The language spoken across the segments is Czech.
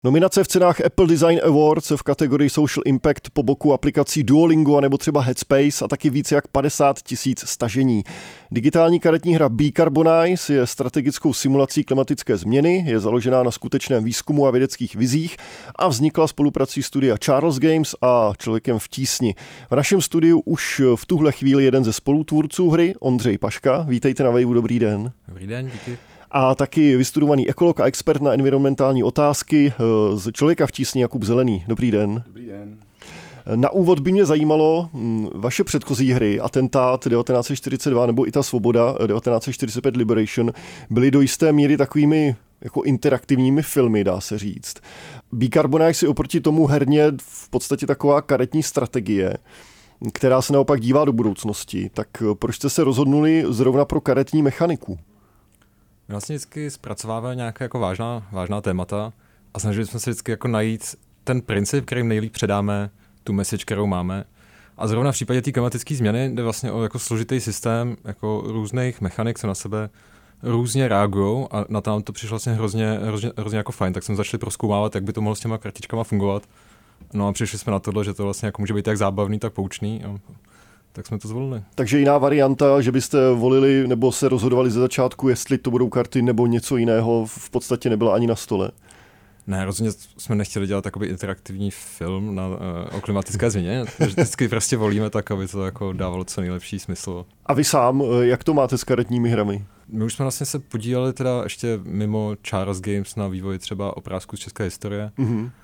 Nominace v cenách Apple Design Awards v kategorii Social Impact po boku aplikací Duolingo a nebo třeba Headspace a taky více jak 50 000 stažení. Digitální karetní hra Decarbonize je strategickou simulací klimatické změny, je založená na skutečném výzkumu a vědeckých vizích a vznikla spoluprací studia Charles Games a Člověkem v tísni. V našem studiu už v tuhle chvíli jeden ze spolutvůrců hry, Ondřej Paška. Vítejte na Waveu, dobrý den. Dobrý den, díky. A taky vystudovaný ekolog a expert na environmentální otázky z Člověka v tísni Jakub Zelený. Dobrý den. Dobrý den. Na úvod by mě zajímalo vaše předchozí hry, Atentát 1942 nebo i ta Svoboda 1945 Liberation, byly do jisté míry takovými jako interaktivními filmy, dá se říct. Decarbonize je oproti tomu herně v podstatě taková karetní strategie, která se naopak dívá do budoucnosti. Tak proč jste se rozhodnuli zrovna pro karetní mechaniku? Vlastně vždycky zpracováváme nějaké jako vážná témata a snažili jsme se vždycky jako najít ten princip, kterým nejlíp předáme tu message, kterou máme. A zrovna v případě té klimatické změny jde vlastně o jako složitý systém jako různých mechanik, co na sebe různě reagují a na to nám to přišlo vlastně hrozně jako fajn, tak jsme začali prozkoumávat, jak by to mohlo s těma kartičkama fungovat. No a přišli jsme na to, že to vlastně jako může být jak zábavný, tak poučný. Tak jsme to zvolili. Takže jiná varianta, že byste volili nebo se rozhodovali ze začátku, jestli to budou karty nebo něco jiného, v podstatě nebyla ani na stole. Ne, rozhodně jsme nechtěli dělat takový interaktivní film o klimatické změně. Vždycky prostě volíme tak, aby to jako dávalo co nejlepší smysl. A vy sám, jak to máte s karetními hrami? My už jsme vlastně se podíleli teda ještě mimo Charles Games na vývoji třeba obrázků z české historie,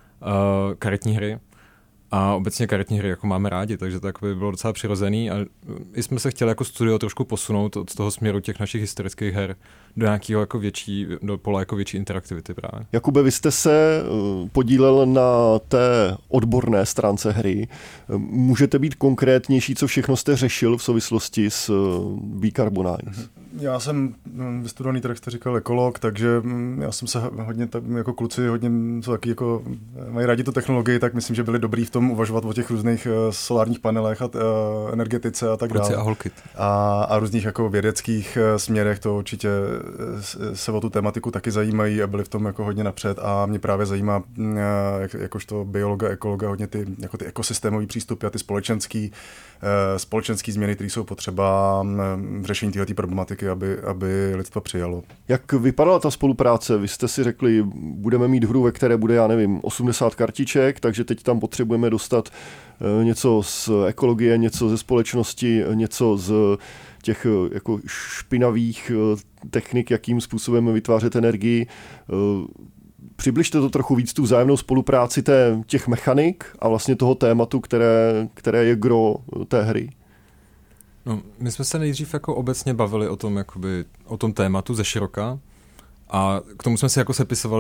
karetní hry. A obecně karetní hry jako máme rádi, takže to by bylo docela přirozený a i jsme se chtěli jako studio trošku posunout od toho směru těch našich historických her do nějakého jako do pola jako větší interaktivity právě. Jakube, vy jste se podílel na té odborné stránce hry. Můžete být konkrétnější, co všechno jste řešil v souvislosti s Decarbonize? Já jsem vystudovaný, tak jste říkal, ekolog, takže já jsem se hodně, jako kluci, hodně co taky jako mají rádi tu technologii, tak myslím, že byli dobrý v tom uvažovat o těch různých solárních panelech a energetice a tak dále. A holky. A různých jako vědeckých směrech, to určitě se o tu tematiku taky zajímají a byli v tom jako hodně napřed a mě právě zajímá, jakožto biologa, ekologa, hodně ty ekosystémový přístupy a ty společenský změny, které jsou potřeba v řešení této problematiky, aby lidstvo přijalo. Jak vypadala ta spolupráce? Vy jste si řekli, budeme mít hru, ve které bude, 80 kartiček, takže teď tam potřebujeme dostat něco z ekologie, něco ze společnosti, něco z těch jako špinavých technik, jakým způsobem vytvářet energii. Přibližte to trochu víc, tu vzájemnou spolupráci těch mechanik a vlastně toho tématu, které je gro té hry. No, my jsme se nejdřív jako obecně bavili o tom tématu ze široka a k tomu jsme si jako sepisovali,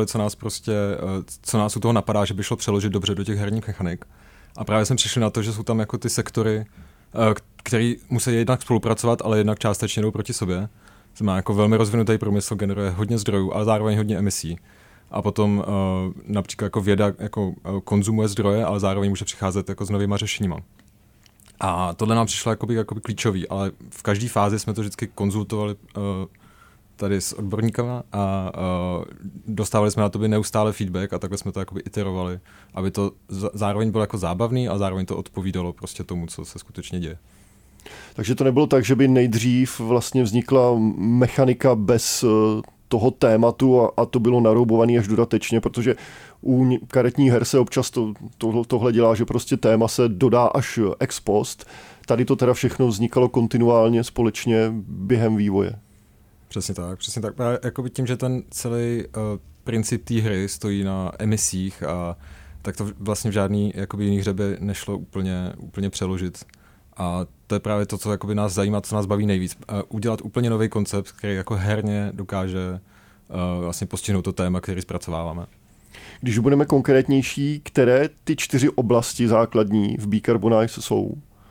co nás u toho napadá, že by šlo přeložit dobře do těch herních mechanik. A právě jsme přišli na to, že jsou tam jako ty sektory, které musí jednak spolupracovat, ale jednak částečně jdou proti sobě. Má jako velmi rozvinutý průmysl, generuje hodně zdrojů, ale zároveň hodně emisí. A potom například jako věda jako konzumuje zdroje, ale zároveň může přicházet jako s novýma řešeníma. A tohle nám přišlo jakoby klíčový, ale v každé fázi jsme to vždycky konzultovali tady s odborníkama a dostávali jsme na to neustále feedback a takhle jsme to jakoby iterovali, aby to zároveň bylo jako zábavný a zároveň to odpovídalo prostě tomu, co se skutečně děje. Takže to nebylo tak, že by nejdřív vlastně vznikla mechanika bez toho tématu a to bylo naroubované až dodatečně, protože u karetních her se občas tohle dělá, že prostě téma se dodá až ex post. Tady to teda všechno vznikalo kontinuálně společně během vývoje. Přesně tak. Jakoby tím, že ten celý princip té hry stojí na emisích, tak to vlastně v žádný jakoby jiný hře by nešlo úplně přeložit. A to je právě to, co jakoby nás zajímá, co nás baví nejvíc. Udělat úplně nový koncept, který jako herně dokáže vlastně postihnout to téma, který zpracováváme. Když budeme konkrétnější, které ty 4 oblasti základní v Decarbonize jsou?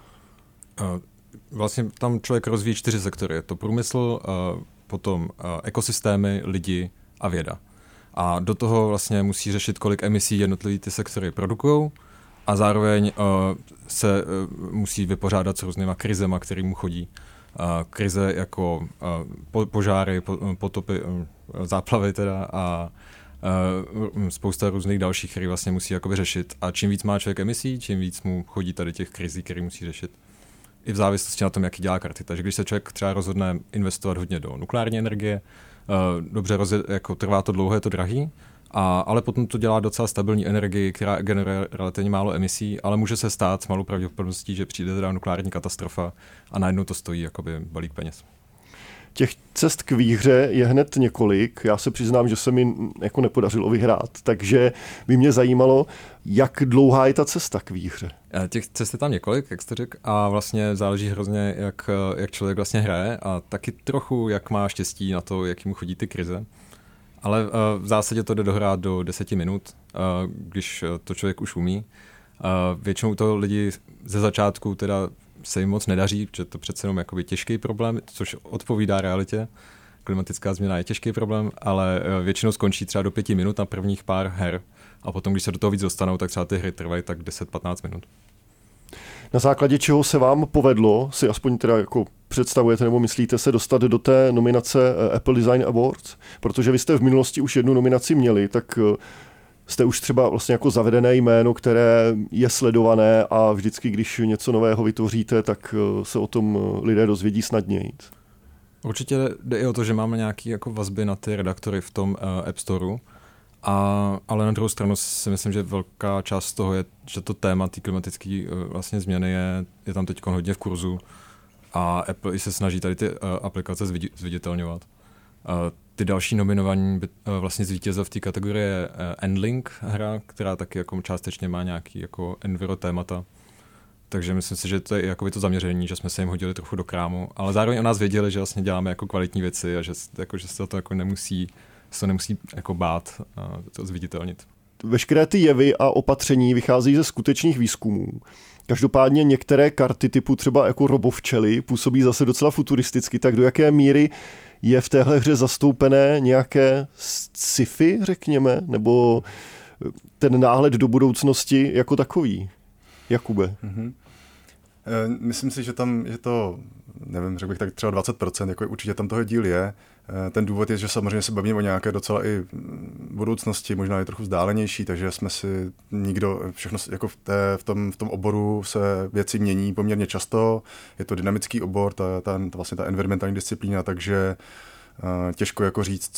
Vlastně tam člověk rozvíjí 4 sektory. Je to průmysl, potom ekosystémy, lidi a věda. A do toho vlastně musí řešit, kolik emisí jednotlivý ty sektory produkují a zároveň se musí vypořádat s různýma krizema, kterým chodí. Krize jako požáry, potopy, záplavy teda spousta různých dalších, který vlastně musí jakoby řešit. A čím víc má člověk emisí, čím víc mu chodí tady těch krizí, který musí řešit. I v závislosti na tom, jaký dělá karty. Takže když se člověk třeba rozhodne investovat hodně do nukleární energie, dobře jako trvá to dlouho, je to drahý, ale potom to dělá docela stabilní energii, která generuje relativně málo emisí, ale může se stát s malou pravděpodobností, že přijde teda nukleární katastrofa a najednou to stojí jakoby balík peněz. Těch cest k výhře je hned několik. Já se přiznám, že se mi jako nepodařilo vyhrát, takže by mě zajímalo, jak dlouhá je ta cesta k výhře. Těch cest je tam několik, jak jste řekl, a vlastně záleží hrozně, jak člověk vlastně hraje a taky trochu, jak má štěstí na to, jak mu chodí ty krize. Ale v zásadě to jde dohrát do 10 minut, když to člověk už umí. Většinou to lidi ze začátku teda se jim moc nedaří, protože to přece jenom jakoby těžký problém, což odpovídá realitě. Klimatická změna je těžký problém, ale většinou skončí třeba do 5 minut na prvních pár her a potom, když se do toho víc dostanou, tak třeba ty hry trvají tak 10-15 minut. Na základě čeho se vám povedlo, si aspoň teda jako představujete nebo myslíte se dostat do té nominace Apple Design Awards? Protože vy jste v minulosti už jednu nominaci měli, tak jste už třeba vlastně jako zavedené jméno, které je sledované a vždycky, když něco nového vytvoříte, tak se o tom lidé dozvědí snadněji. Určitě jde i o to, že máme nějaké jako vazby na ty redaktory v tom App Storeu, ale na druhou stranu si myslím, že velká část toho je, že to téma té klimatické vlastně změny je tam teď hodně v kurzu a Apple i se snaží tady ty aplikace zviditelňovat. Ty další nominovaní vlastně zvítězil v té kategorii je Endlink hra, která taky jako částečně má nějaký jako enviro témata. Takže myslím si, že to je jakoby to zaměření, že jsme se jim hodili trochu do krámu, ale zároveň o nás věděli, že vlastně děláme jako kvalitní věci a že se to jako nemusí jako bát to zviditelnit. Veškeré ty jevy a opatření vychází ze skutečných výzkumů. Každopádně některé karty typu třeba jako robovčely působí zase docela futuristicky, tak do jaké míry je v téhle hře zastoupené nějaké sci-fi, řekněme, nebo ten náhled do budoucnosti jako takový? Jakube? Myslím si, že tam je to, nevím, řekl bych tak třeba 20%, jako určitě tam toho díl je. Ten důvod je, že samozřejmě se bavíme o nějaké docela i budoucnosti, možná i trochu vzdálenější, takže jsme si nikdo, všechno jako v tom oboru se věci mění poměrně často, je to dynamický obor, vlastně ta environmentální disciplína, takže těžko jako říct,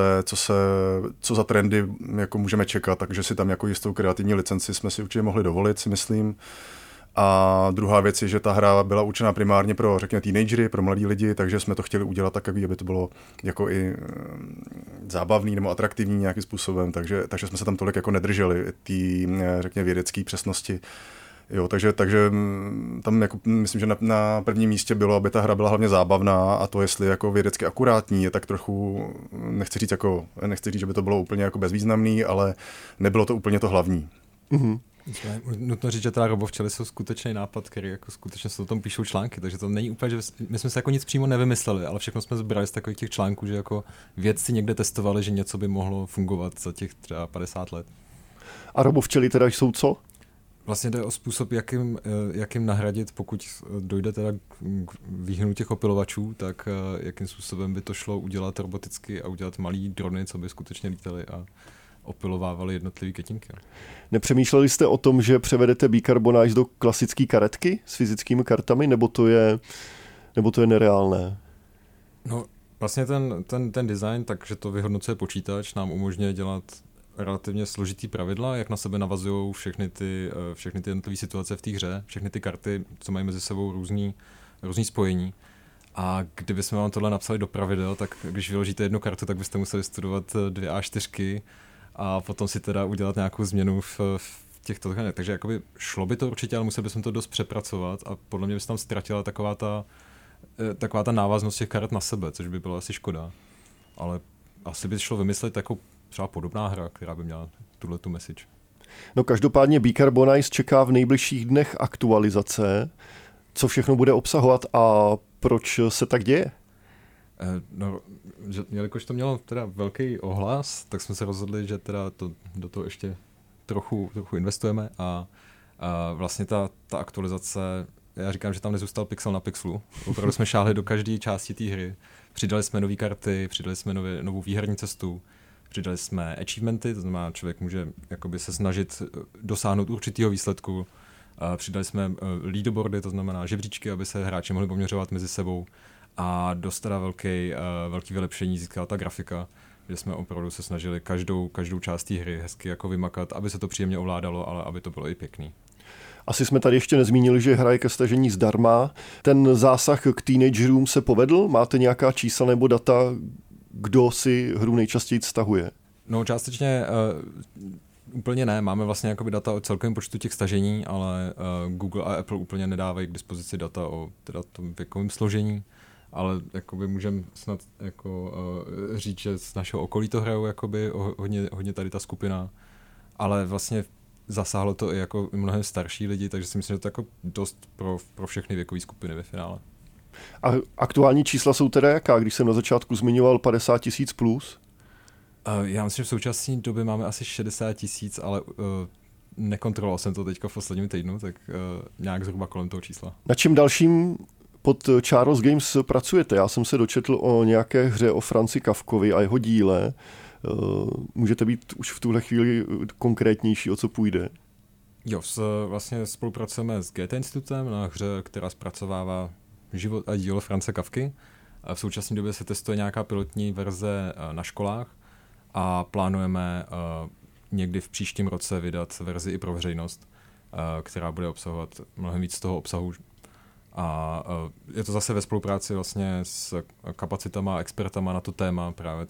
co za trendy jako můžeme čekat, takže si tam jako jistou kreativní licenci jsme si určitě mohli dovolit, si myslím. A druhá věc je, že ta hra byla určená primárně pro, řekněme, teenagery, pro mladí lidi, takže jsme to chtěli udělat tak, aby to bylo jako i zábavný nebo atraktivní nějakým způsobem, takže jsme se tam tolik jako nedrželi ty, řekněme, vědecké přesnosti. Jo, takže tam jako, myslím, že na prvním místě bylo, aby ta hra byla hlavně zábavná a to, jestli jako vědecky akurátní, je tak trochu, nechci říct, že by to bylo úplně jako bezvýznamný, ale nebylo to úplně to hlavní. Mm-hmm. Nutno říct, že teda robovčely jsou skutečný nápad, který jako skutečně se o tom píšou články, takže to není úplně, že my jsme se jako nic přímo nevymysleli, ale všechno jsme zbrali z takových těch článků, že jako vědci někde testovali, že něco by mohlo fungovat za těch třeba 50 let. A robovčely teda jsou co? Vlastně jde o způsob, jakým nahradit, pokud dojde teda k výhnu těch opilovačů, tak jakým způsobem by to šlo udělat roboticky a udělat malý drony, co by skutečně lítaly a opilovávali jednotlivé květinky. Nepřemýšleli jste o tom, že převedete bicarbonage do klasické karetky s fyzickými kartami, nebo to je nereálné? No, vlastně ten design, takže to vyhodnocuje počítač, nám umožňuje dělat relativně složitý pravidla, jak na sebe navazují všechny ty jednotlivé situace v té hře, všechny ty karty, co mají mezi sebou různý spojení. A kdybychom vám tohle napsali do pravidel, tak když vyložíte jednu kartu, tak byste museli studovat 2 A4 a potom si teda udělat nějakou změnu v těchto tkanech. Takže jakoby šlo by to určitě, ale museli bychom to dost přepracovat a podle mě by se tam ztratila taková ta návaznost těch karet na sebe, což by bylo asi škoda. Ale asi by šlo vymyslet jako třeba podobná hra, která by měla tuhletu message. No každopádně Bicarbonize čeká v nejbližších dnech aktualizace. Co všechno bude obsahovat a proč se tak děje? No, jelikož to mělo teda velký ohlas, tak jsme se rozhodli, že teda do toho ještě trochu investujeme a vlastně ta aktualizace, já říkám, že tam nezůstal pixel na pixelu. Opravdu jsme šáhli do každé části té hry. Přidali jsme nové karty, přidali jsme novou výherní cestu, Přidali jsme achievementy, to znamená, člověk může jakoby se snažit dosáhnout určitého výsledku. Přidali jsme leaderboardy, to znamená žebříčky, aby se hráči mohli poměřovat mezi sebou. A dost teda velký vylepšení získala ta grafika, kde jsme opravdu se snažili každou část té hry hezky jako vymakat, aby se to příjemně ovládalo, ale aby to bylo i pěkný. Asi jsme tady ještě nezmínili, že hra je ke stažení zdarma. Ten zásah k teenagerům se povedl? Máte nějaká čísla nebo data, kdo si hru nejčastěji stahuje? No částečně úplně ne. Máme vlastně jakoby data o celkovém počtu těch stažení, ale Google a Apple úplně nedávají k dispozici data o teda tom věkovém složení. Ale jakoby můžeme snad jako, říct, že z našeho okolí to hrajou jakoby hodně tady ta skupina, ale vlastně zasáhlo to i jako mnohem starší lidi, takže si myslím, že to je jako dost pro všechny věkové skupiny ve finále. A aktuální čísla jsou teda jaká, když jsem na začátku zmiňoval 50 000 plus? Já myslím, že v současné době máme asi 60 000, ale nekontroloval jsem to teďka v posledním týdnu, tak nějak zhruba kolem toho čísla. Na čím dalším pod Charles Games pracujete? Já jsem se dočetl o nějaké hře o Franci Kafkovi a jeho díle. Můžete být už v tuhle chvíli konkrétnější, o co půjde? Jo, vlastně spolupracujeme s Goethe institutem na hře, která zpracovává život a dílo France Kafky. V současné době se testuje nějaká pilotní verze na školách a plánujeme někdy v příštím roce vydat verzi i pro veřejnost, která bude obsahovat mnohem víc toho obsahu. A je to zase ve spolupráci vlastně s kapacitama a expertama na to téma, právě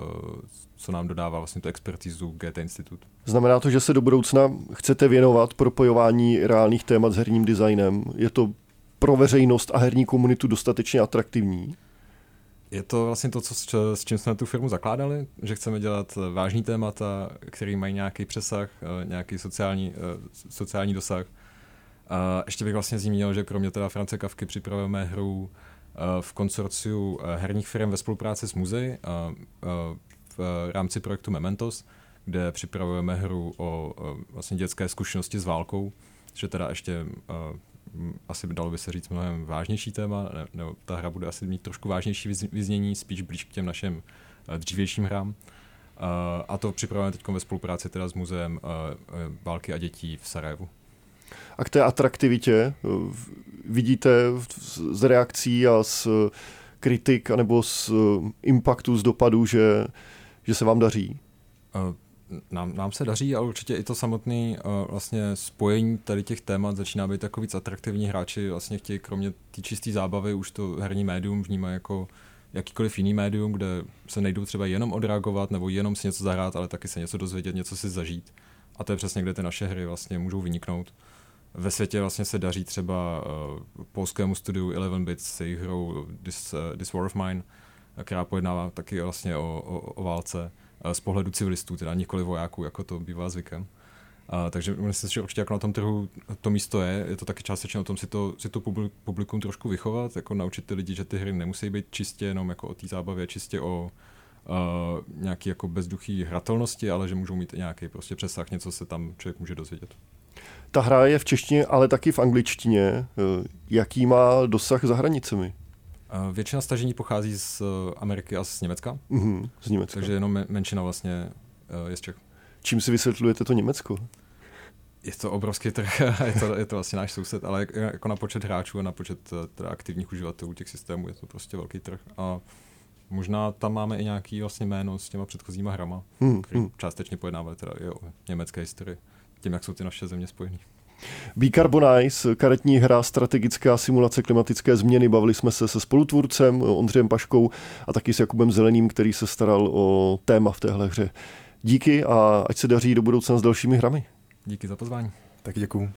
co nám dodává vlastně tu expertizu Goethe Institut. Znamená to, že se do budoucna chcete věnovat propojování reálných témat s herním designem? Je to pro veřejnost a herní komunitu dostatečně atraktivní? Je to vlastně to, s čím jsme tu firmu zakládali, že chceme dělat vážný témata, které mají nějaký přesah, nějaký sociální dosah. Ještě bych vlastně zmínil, že kromě teda France Kafky připravujeme hru v konsorciu herních firm ve spolupráci s muzeí v rámci projektu Mementos, kde připravujeme hru o vlastně dětské zkušenosti s válkou, že teda ještě asi dalo by se říct mnohem vážnější téma, nebo ta hra bude asi mít trošku vážnější vyznění, spíš blíž k těm našim dřívějším hrám. A to připravujeme teď ve spolupráci teda s muzeem války a dětí v Sarajevu. A k té atraktivitě vidíte z reakcí a z kritik anebo z impaktu, z dopadu, že se vám daří? Nám se daří, ale určitě i to samotné vlastně spojení tady těch témat začíná být takový víc atraktivní. Hráči vlastně chtějí kromě té čisté zábavy už to herní médium vnímají jako jakýkoliv jiný médium, kde se nejdou třeba jenom odreagovat nebo jenom si něco zahrát, ale taky se něco dozvědět, něco si zažít. A to je přesně, kde ty naše hry vlastně můžou vyniknout. Ve světě vlastně se daří třeba polskému studiu 11-bit s jejich hrou This War of Mine, která pojednává taky vlastně o válce z pohledu civilistů, teda nikoli vojáků, jako to bývá zvykem. Takže myslím, že určitě jako na tom trhu to místo je to taky částečně o tom si to publikum trošku vychovat, jako naučit ty lidi, že ty hry nemusí být čistě jenom jako o té zábavě, čistě o nějaký jako bezduchý hratelnosti, ale že můžou mít i nějaký prostě přesah, něco se tam člověk může dozvědět. Ta hra je v češtině, ale taky v angličtině. Jaký má dosah za hranicemi? Většina stažení pochází z Ameriky a z Německa. Z Německa. Takže jenom menšina vlastně je z Čech. Čím si vysvětlujete to Německo? Je to obrovský trh, je to vlastně náš soused, ale jako na počet hráčů a na počet teda aktivních uživatelů těch systémů je to prostě velký trh. A možná tam máme i nějaký vlastně jméno s těma předchozíma hrama, který částečně pojednávají teda i o německé historii, tím, jak jsou ty naše země spojený. Decarbonize, karetní hra, strategická simulace klimatické změny. Bavili jsme se spolutvůrcem Ondřejem Paškou a taky s Jakubem Zeleným, který se staral o téma v téhle hře. Díky a ať se daří do budoucna s dalšími hrami. Díky za pozvání. Taky děkuju.